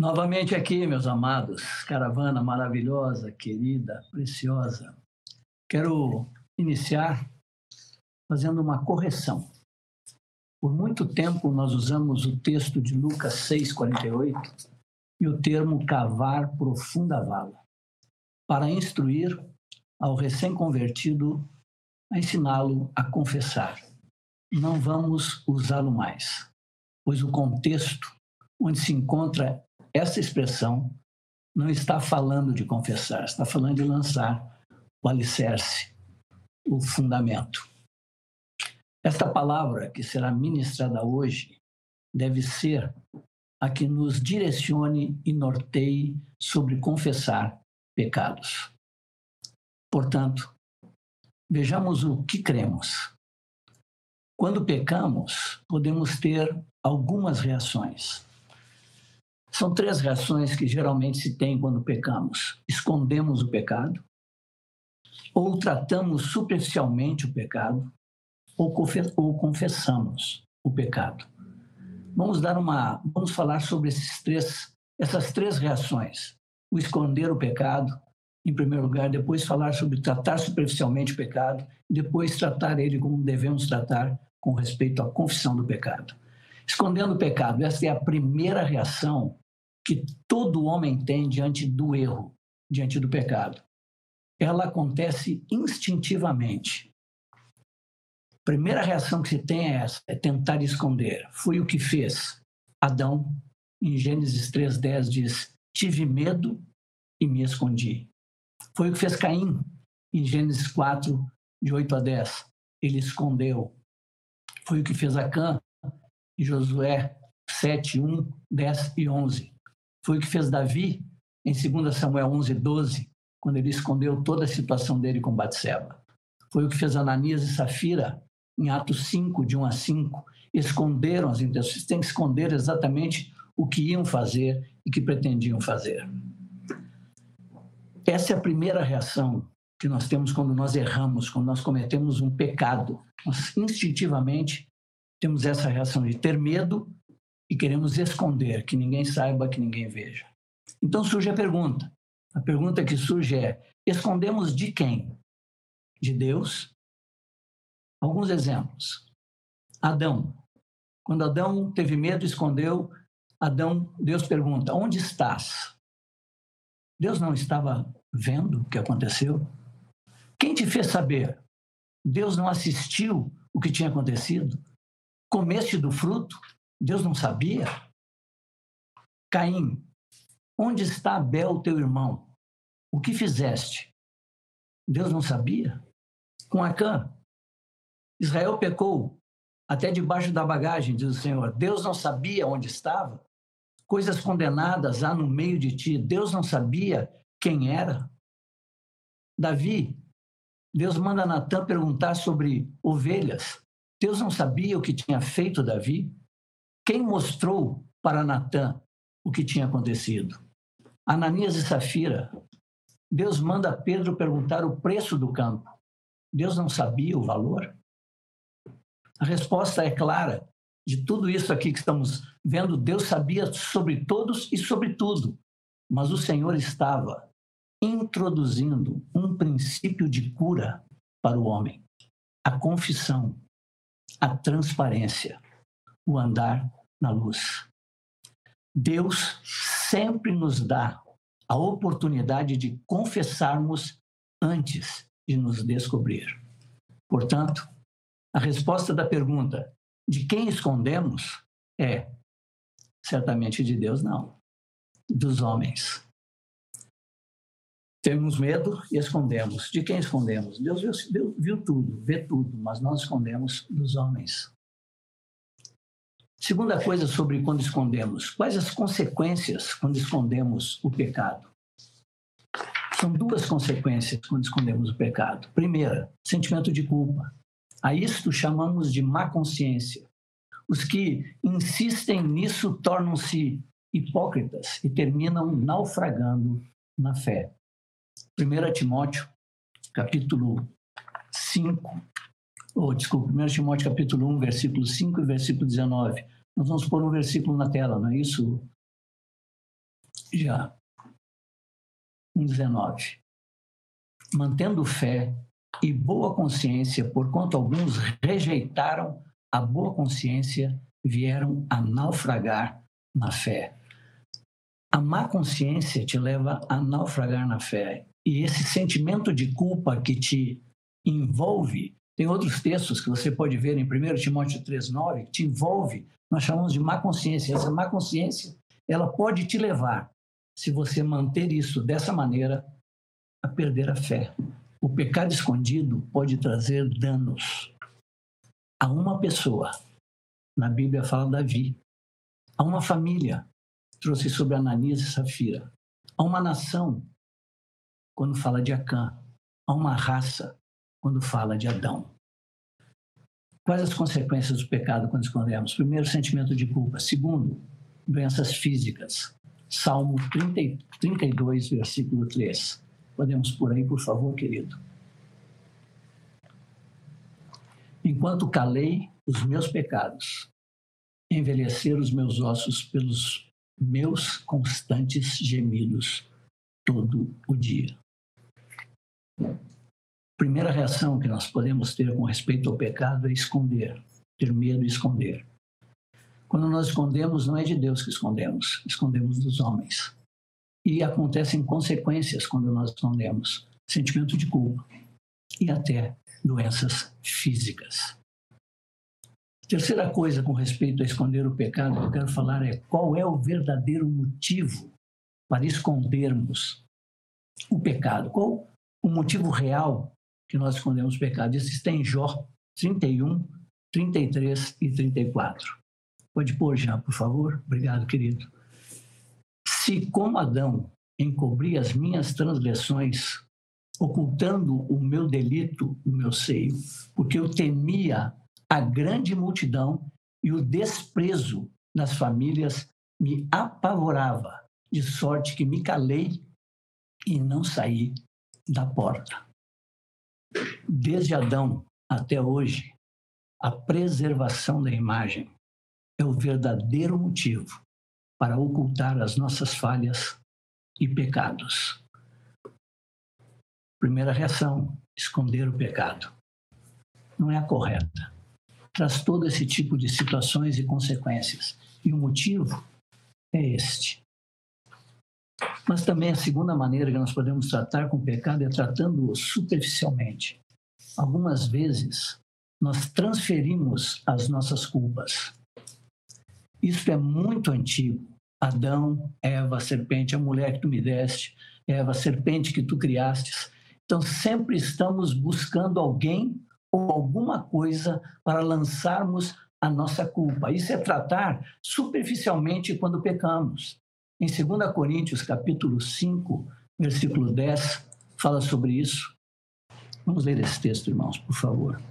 Novamente aqui, meus amados, caravana maravilhosa, querida, preciosa. Quero iniciar fazendo uma correção. Por muito tempo nós usamos o texto de Lucas 6,48 e o termo cavar profunda vala, para instruir ao recém-convertido, a ensiná-lo a confessar. Não vamos usá-lo mais, pois o contexto onde se encontra essa expressão não está falando de confessar, está falando de lançar o alicerce, o fundamento. Esta palavra que será ministrada hoje deve ser a que nos direcione e norteie sobre confessar pecados. Portanto, vejamos o que cremos. Quando pecamos, podemos ter algumas reações. São 3 reações que geralmente se tem quando pecamos. Escondemos o pecado, ou tratamos superficialmente o pecado, ou confessamos o pecado. Vamos falar sobre essas três reações. O esconder o pecado, em primeiro lugar, depois falar sobre tratar superficialmente o pecado, e depois tratar ele como devemos tratar com respeito à confissão do pecado. Escondendo o pecado, essa é a primeira reação que todo homem tem diante do erro, diante do pecado. Ela acontece instintivamente. A primeira reação que se tem é essa, é tentar esconder. Foi o que fez Adão. Em Gênesis 3:10 diz, tive medo e me escondi. Foi o que fez Caim. Em Gênesis 4, de 8 a 10, ele escondeu. Foi o que fez Acã, em Josué 7, 1, 10 e 11. Foi o que fez Davi, em 2 Samuel 11, 12, quando ele escondeu toda a situação dele com Batseba. Foi o que fez Ananias e Safira, em Atos 5, de 1 a 5. Esconderam as intenções. Tem que esconder exatamente o que iam fazer e que pretendiam fazer. Essa é a primeira reação que nós temos quando nós erramos, quando nós cometemos um pecado. Nós instintivamente temos essa reação de ter medo e queremos esconder, que ninguém saiba, que ninguém veja. Então surge a pergunta. A pergunta que surge é, escondemos de quem? De Deus? Alguns exemplos. Adão. Quando Adão teve medo, escondeu, Deus pergunta, onde estás? Deus não estava vendo o que aconteceu? Quem te fez saber? Deus não assistiu o que tinha acontecido? Comeste do fruto? Deus não sabia? Caim, onde está Abel, teu irmão? O que fizeste? Deus não sabia? Com Acã, Israel pecou até debaixo da bagagem, diz o Senhor. Deus não sabia onde estava? Coisas condenadas há no meio de ti. Deus não sabia quem era? Davi, Deus manda Natã perguntar sobre ovelhas. Deus não sabia o que tinha feito Davi? Quem mostrou para Natã o que tinha acontecido? Ananias e Safira, Deus manda Pedro perguntar o preço do campo. Deus não sabia o valor? A resposta é clara. De tudo isso aqui que estamos vendo, Deus sabia sobre todos e sobre tudo. Mas o Senhor estava introduzindo um princípio de cura para o homem. A confissão, a transparência, o andar na luz. Deus sempre nos dá a oportunidade de confessarmos antes de nos descobrir. Portanto, a resposta da pergunta de quem escondemos é certamente de Deus, não, dos homens. Temos medo e escondemos. De quem escondemos? Deus viu tudo, vê tudo, mas nós escondemos dos homens. Segunda coisa sobre quando escondemos. Quais as consequências quando escondemos o pecado? São 2 consequências quando escondemos o pecado. Primeira, sentimento de culpa. A isto chamamos de má consciência. Os que insistem nisso tornam-se hipócritas e terminam naufragando na fé. 1 Timóteo, capítulo 5, 1 Timóteo capítulo 1, versículo 5 e versículo 19. Nós vamos pôr um versículo na tela, não é isso, Já. 1,19. Mantendo fé e boa consciência, porquanto alguns rejeitaram a boa consciência, vieram a naufragar na fé. A má consciência te leva a naufragar na fé. E esse sentimento de culpa que te envolve, tem outros textos que você pode ver em 1 Timóteo 3,9, que te envolve, nós chamamos de má consciência. Essa má consciência, ela pode te levar, se você manter isso dessa maneira, a perder a fé. O pecado escondido pode trazer danos a uma pessoa. Na Bíblia fala Davi. A uma família, trouxe sobre Ananias e Safira. A uma nação, quando fala de Acã. A uma raça, quando fala de Adão. Quais as consequências do pecado quando escondemos? Primeiro, sentimento de culpa. Segundo, doenças físicas. Salmo 32, versículo 3. Podemos por aí, por favor, querido. Enquanto calei os meus pecados, envelheceram os meus ossos pelos meus constantes gemidos todo o dia. Primeira reação que nós podemos ter com respeito ao pecado é esconder, ter medo e esconder. Quando nós escondemos, não é de Deus que escondemos, escondemos dos homens. E acontecem consequências quando nós escondemos, sentimento de culpa e até doenças físicas. Terceira coisa com respeito a esconder o pecado que eu quero falar é qual é o verdadeiro motivo para escondermos o pecado. Qual o motivo real que nós escondemos o pecado? Isso está em Jó 31, 33 e 34. Pode pôr já, por favor? Obrigado, querido. Se como Adão encobri as minhas transgressões, ocultando o meu delito no meu seio, porque eu temia a grande multidão e o desprezo das famílias me apavorava, de sorte que me calei e não saí da porta. Desde Adão até hoje, a preservação da imagem é o verdadeiro motivo para ocultar as nossas falhas e pecados. Primeira reação, esconder o pecado. Não é a correta. Traz todo esse tipo de situações e consequências. E o motivo é este. Mas também a segunda maneira que nós podemos tratar com o pecado é tratando-o superficialmente. Algumas vezes, nós transferimos as nossas culpas. Isso é muito antigo. Adão, Eva, serpente, a mulher que tu me deste, Eva, serpente que tu criastes. Então, sempre estamos buscando alguém ou alguma coisa para lançarmos a nossa culpa. Isso é tratar superficialmente quando pecamos. Em 2 Coríntios, capítulo 5, versículo 10, fala sobre isso. Vamos ler esse texto, irmãos, por favor.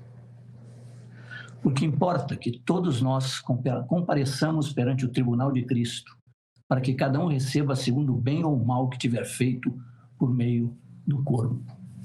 Porque importa que todos nós compareçamos perante o tribunal de Cristo, para que cada um receba segundo o bem ou o mal que tiver feito por meio do corpo.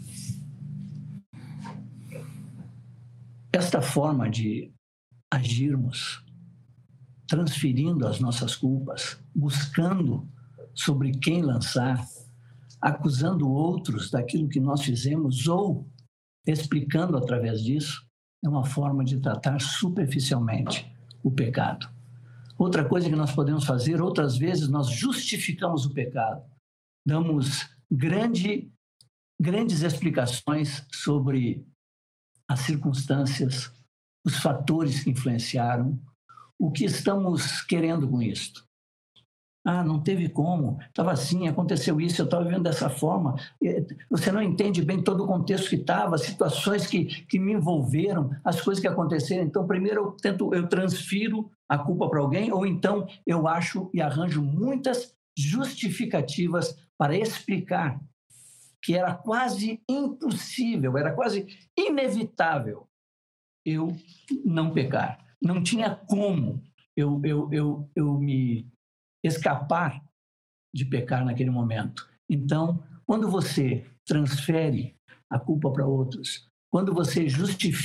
Esta forma de agirmos, transferindo as nossas culpas, buscando sobre quem lançar, acusando outros daquilo que nós fizemos ou explicando através disso, é uma forma de tratar superficialmente o pecado. Outra coisa que nós podemos fazer, outras vezes nós justificamos o pecado. Damos grandes explicações sobre as circunstâncias, os fatores que influenciaram, o que estamos querendo com isto. Ah, não teve como, estava assim, aconteceu isso, eu estava vivendo dessa forma. Você não entende bem todo o contexto que estava, as situações que me envolveram, as coisas que aconteceram. Então, primeiro eu transfiro a culpa para alguém, ou então eu acho e arranjo muitas justificativas para explicar que era quase impossível, era quase inevitável eu não pecar. Não tinha como eu me escapar de pecar naquele momento. Então, quando você transfere a culpa para outros, quando você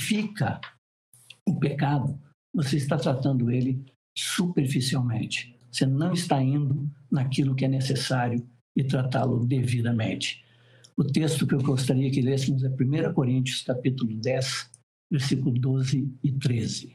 justifica o pecado, você está tratando ele superficialmente. Você não está indo naquilo que é necessário e tratá-lo devidamente. O texto que eu gostaria que lêssemos é 1 Coríntios, capítulo 10, versículo 12 e 13.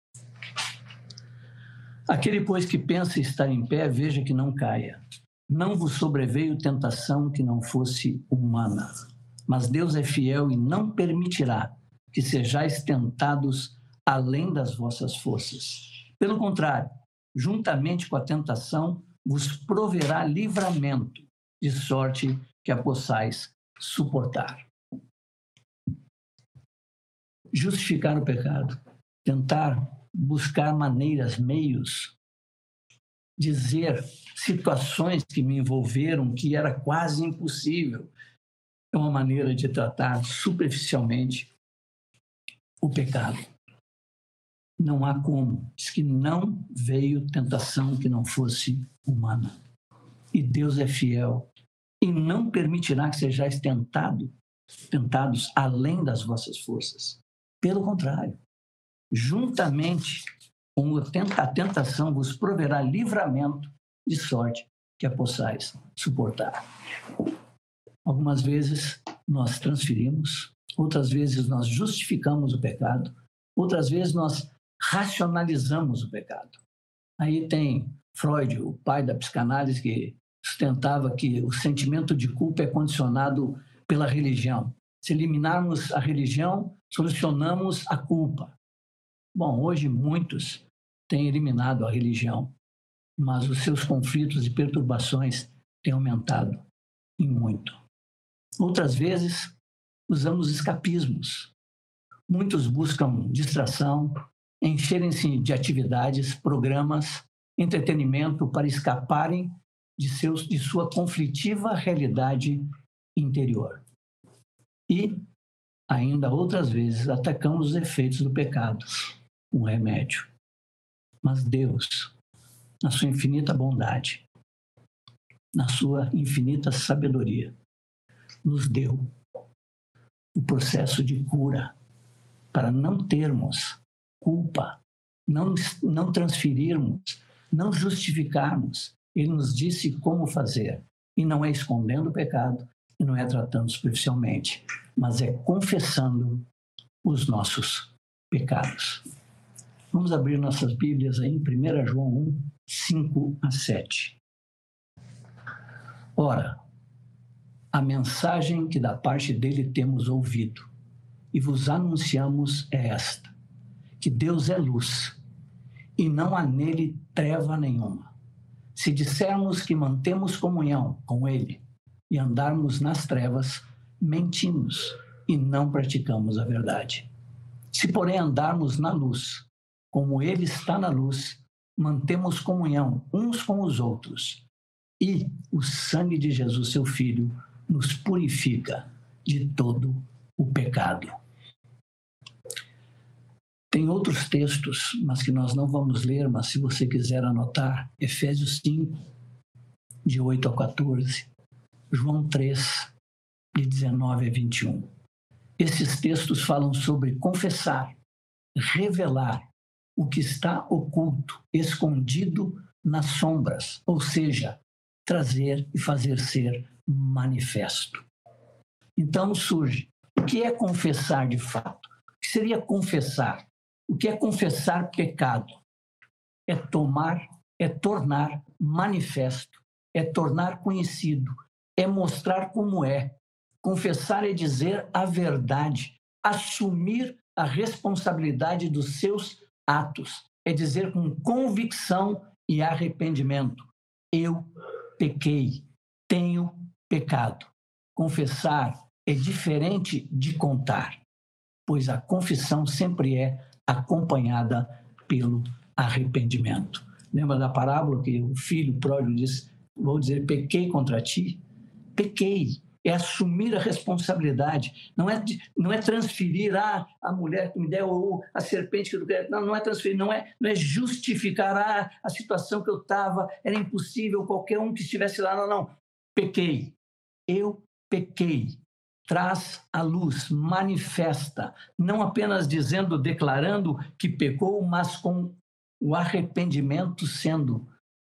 Aquele, pois, que pensa estar em pé, veja que não caia. Não vos sobreveio tentação que não fosse humana, mas Deus é fiel e não permitirá que sejais tentados além das vossas forças. Pelo contrário, juntamente com a tentação, vos proverá livramento, de sorte que a possais suportar. Justificar o pecado, tentar buscar maneiras, meios, dizer situações que me envolveram que era quase impossível, é uma maneira de tratar superficialmente o pecado. Não há como. Diz que não veio tentação que não fosse humana. E Deus é fiel e não permitirá que sejais tentados além das vossas forças. Pelo contrário, juntamente com a tentação vos proverá livramento, de sorte que a possais suportar. Algumas vezes nós transferimos, outras vezes nós justificamos o pecado, outras vezes nós racionalizamos o pecado. Aí tem Freud, o pai da psicanálise, que sustentava que o sentimento de culpa é condicionado pela religião. Se eliminarmos a religião, solucionamos a culpa. Bom, hoje muitos têm eliminado a religião, mas os seus conflitos e perturbações têm aumentado em muito. Outras vezes, usamos escapismos. Muitos buscam distração, encherem-se de atividades, programas, entretenimento para escaparem de sua conflitiva realidade interior. E, ainda outras vezes, atacamos os efeitos do pecado, um remédio. Mas Deus, na sua infinita bondade, na sua infinita sabedoria, nos deu o processo de cura para não termos culpa, não transferirmos, não justificarmos. Ele nos disse como fazer. E não é escondendo o pecado, e não é tratando superficialmente, mas é confessando os nossos pecados. Vamos abrir nossas Bíblias aí em 1 João 1, 5 a 7. Ora, a mensagem que da parte dele temos ouvido e vos anunciamos é esta, que Deus é luz e não há nele treva nenhuma. Se dissermos que mantemos comunhão com ele e andarmos nas trevas, mentimos e não praticamos a verdade. Se, porém, andarmos na luz, como ele está na luz, mantemos comunhão uns com os outros. E o sangue de Jesus, seu Filho, nos purifica de todo o pecado. Tem outros textos, mas que nós não vamos ler, mas se você quiser anotar, Efésios 5, de 8 a 14, João 3, de 19 a 21. Esses textos falam sobre confessar, revelar o que está oculto, escondido nas sombras, ou seja, trazer e fazer ser manifesto. Então surge, o que é confessar de fato? O que seria confessar? O que é confessar pecado? É tornar manifesto, é tornar conhecido, é mostrar como é. Confessar é dizer a verdade, assumir a responsabilidade dos seus atos, é dizer com convicção e arrependimento: eu pequei, tenho pecado. Confessar é diferente de contar, pois a confissão sempre é acompanhada pelo arrependimento. Lembra da parábola que o filho pródigo disse: vou dizer, pequei contra ti? Pequei. É assumir a responsabilidade. Não é transferir a mulher que me deu ou a serpente que eu quero. Não é transferir, não é justificar a situação que eu estava, era impossível qualquer um que estivesse lá. Não. Pequei. Eu pequei. Traz a luz, manifesta, não apenas dizendo, declarando que pecou, mas com o arrependimento sendo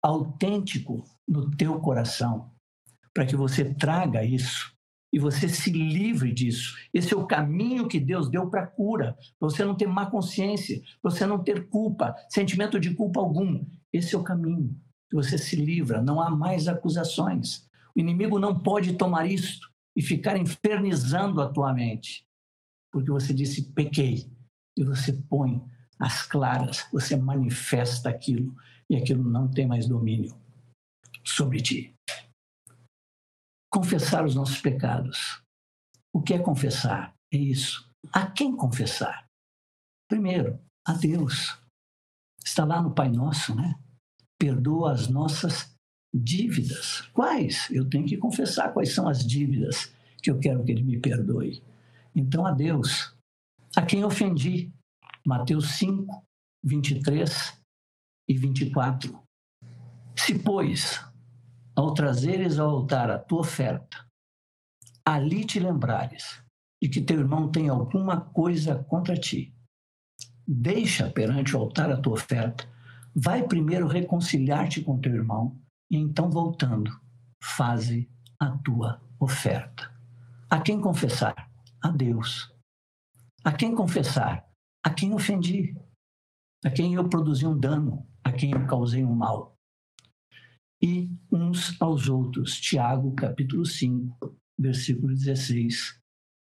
autêntico no teu coração, para que você traga isso e você se livre disso. Esse é o caminho que Deus deu para a cura, para você não ter má consciência, para você não ter culpa, sentimento de culpa algum. Esse é o caminho, que você se livra, não há mais acusações. O inimigo não pode tomar isto e ficar infernizando a tua mente, porque você disse pequei, e você põe as claras, você manifesta aquilo, e aquilo não tem mais domínio sobre ti. Confessar os nossos pecados. O que é confessar? É isso. A quem confessar? Primeiro, a Deus. Está lá no Pai Nosso, né? Perdoa as nossas dívidas. Quais? Eu tenho que confessar quais são as dívidas que eu quero que Ele me perdoe. Então, a Deus. A quem ofendi? Mateus 5, 23 e 24. Se, pois, ao trazeres ao altar a tua oferta, ali te lembrares de que teu irmão tem alguma coisa contra ti, deixa perante o altar a tua oferta, vai primeiro reconciliar-te com teu irmão, e então, voltando, faze a tua oferta. A quem confessar? A Deus. A quem confessar? A quem ofendi, a quem eu produzi um dano, a quem eu causei um mal. E uns aos outros. Tiago, capítulo 5, versículo 16.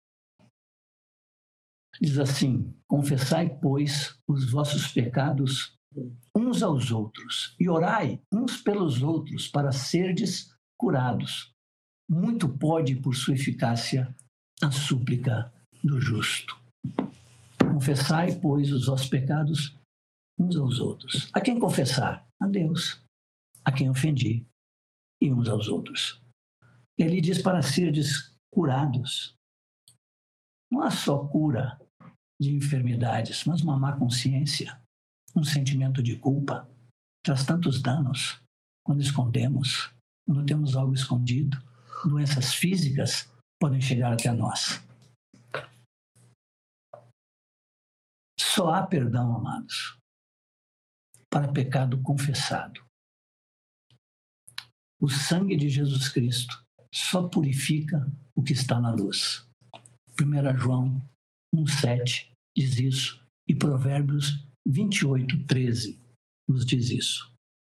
Diz assim: confessai, pois, os vossos pecados uns aos outros e orai uns pelos outros para serdes curados. Muito pode, por sua eficácia, a súplica do justo. Confessai, pois, os vossos pecados uns aos outros. A quem confessar? A Deus. A quem ofendi? E uns aos outros. Ele diz para serdes curados. Não há só cura de enfermidades, mas uma má consciência, um sentimento de culpa. Traz tantos danos quando escondemos, quando temos algo escondido. Doenças físicas podem chegar até nós. Só há perdão, amados, para pecado confessado. O sangue de Jesus Cristo só purifica o que está na luz. 1 João 1,7 diz isso, e Provérbios 28,13 nos diz isso.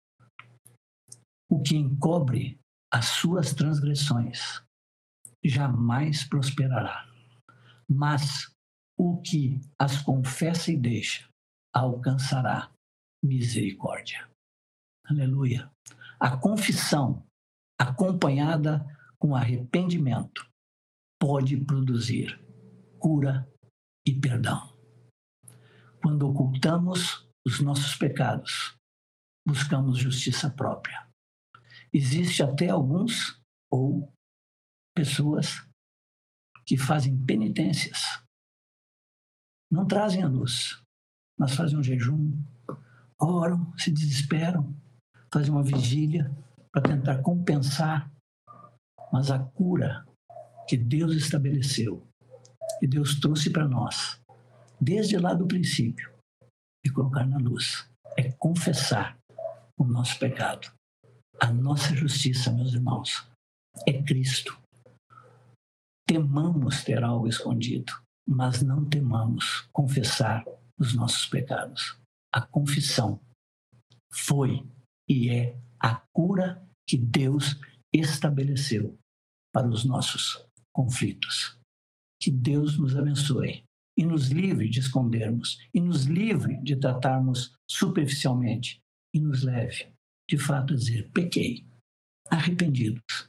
O que encobre as suas transgressões jamais prosperará, mas o que as confessa e deixa alcançará misericórdia. Aleluia. A confissão, acompanhada com arrependimento, pode produzir cura e perdão. Quando ocultamos os nossos pecados, buscamos justiça própria. Existe até alguns ou pessoas que fazem penitências. Não trazem a luz, mas fazem um jejum, oram, se desesperam, fazem uma vigília para tentar compensar. Mas a cura que Deus estabeleceu, que Deus trouxe para nós, desde lá do princípio, é colocar na luz, é confessar o nosso pecado. A nossa justiça, meus irmãos, é Cristo. Temamos ter algo escondido, mas não temamos confessar os nossos pecados. A confissão foi e é a cura que Deus estabeleceu para os nossos conflitos. Que Deus nos abençoe e nos livre de escondermos, e nos livre de tratarmos superficialmente, e nos leve, de fato, a dizer: pequei, arrependidos,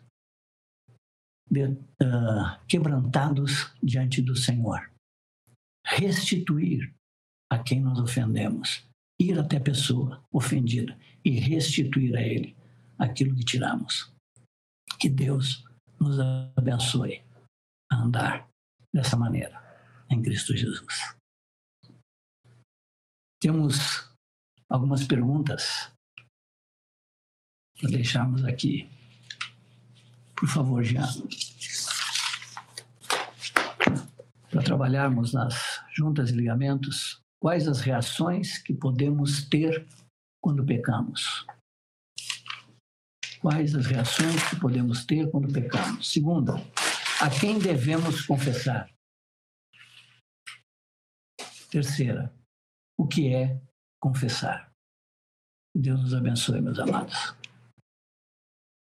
quebrantados diante do Senhor. Restituir a quem nos ofendemos, ir até a pessoa ofendida e restituir a ele aquilo que tiramos. Que Deus nos abençoe a andar dessa maneira, em Cristo Jesus. Temos algumas perguntas para deixarmos aqui. Por favor, Jean. Para trabalharmos nas juntas e ligamentos, quais as reações que podemos ter quando pecamos? quais as reações que podemos ter quando pecamos. Segunda, a quem devemos confessar. Terceira, o que é confessar. Deus nos abençoe, meus amados.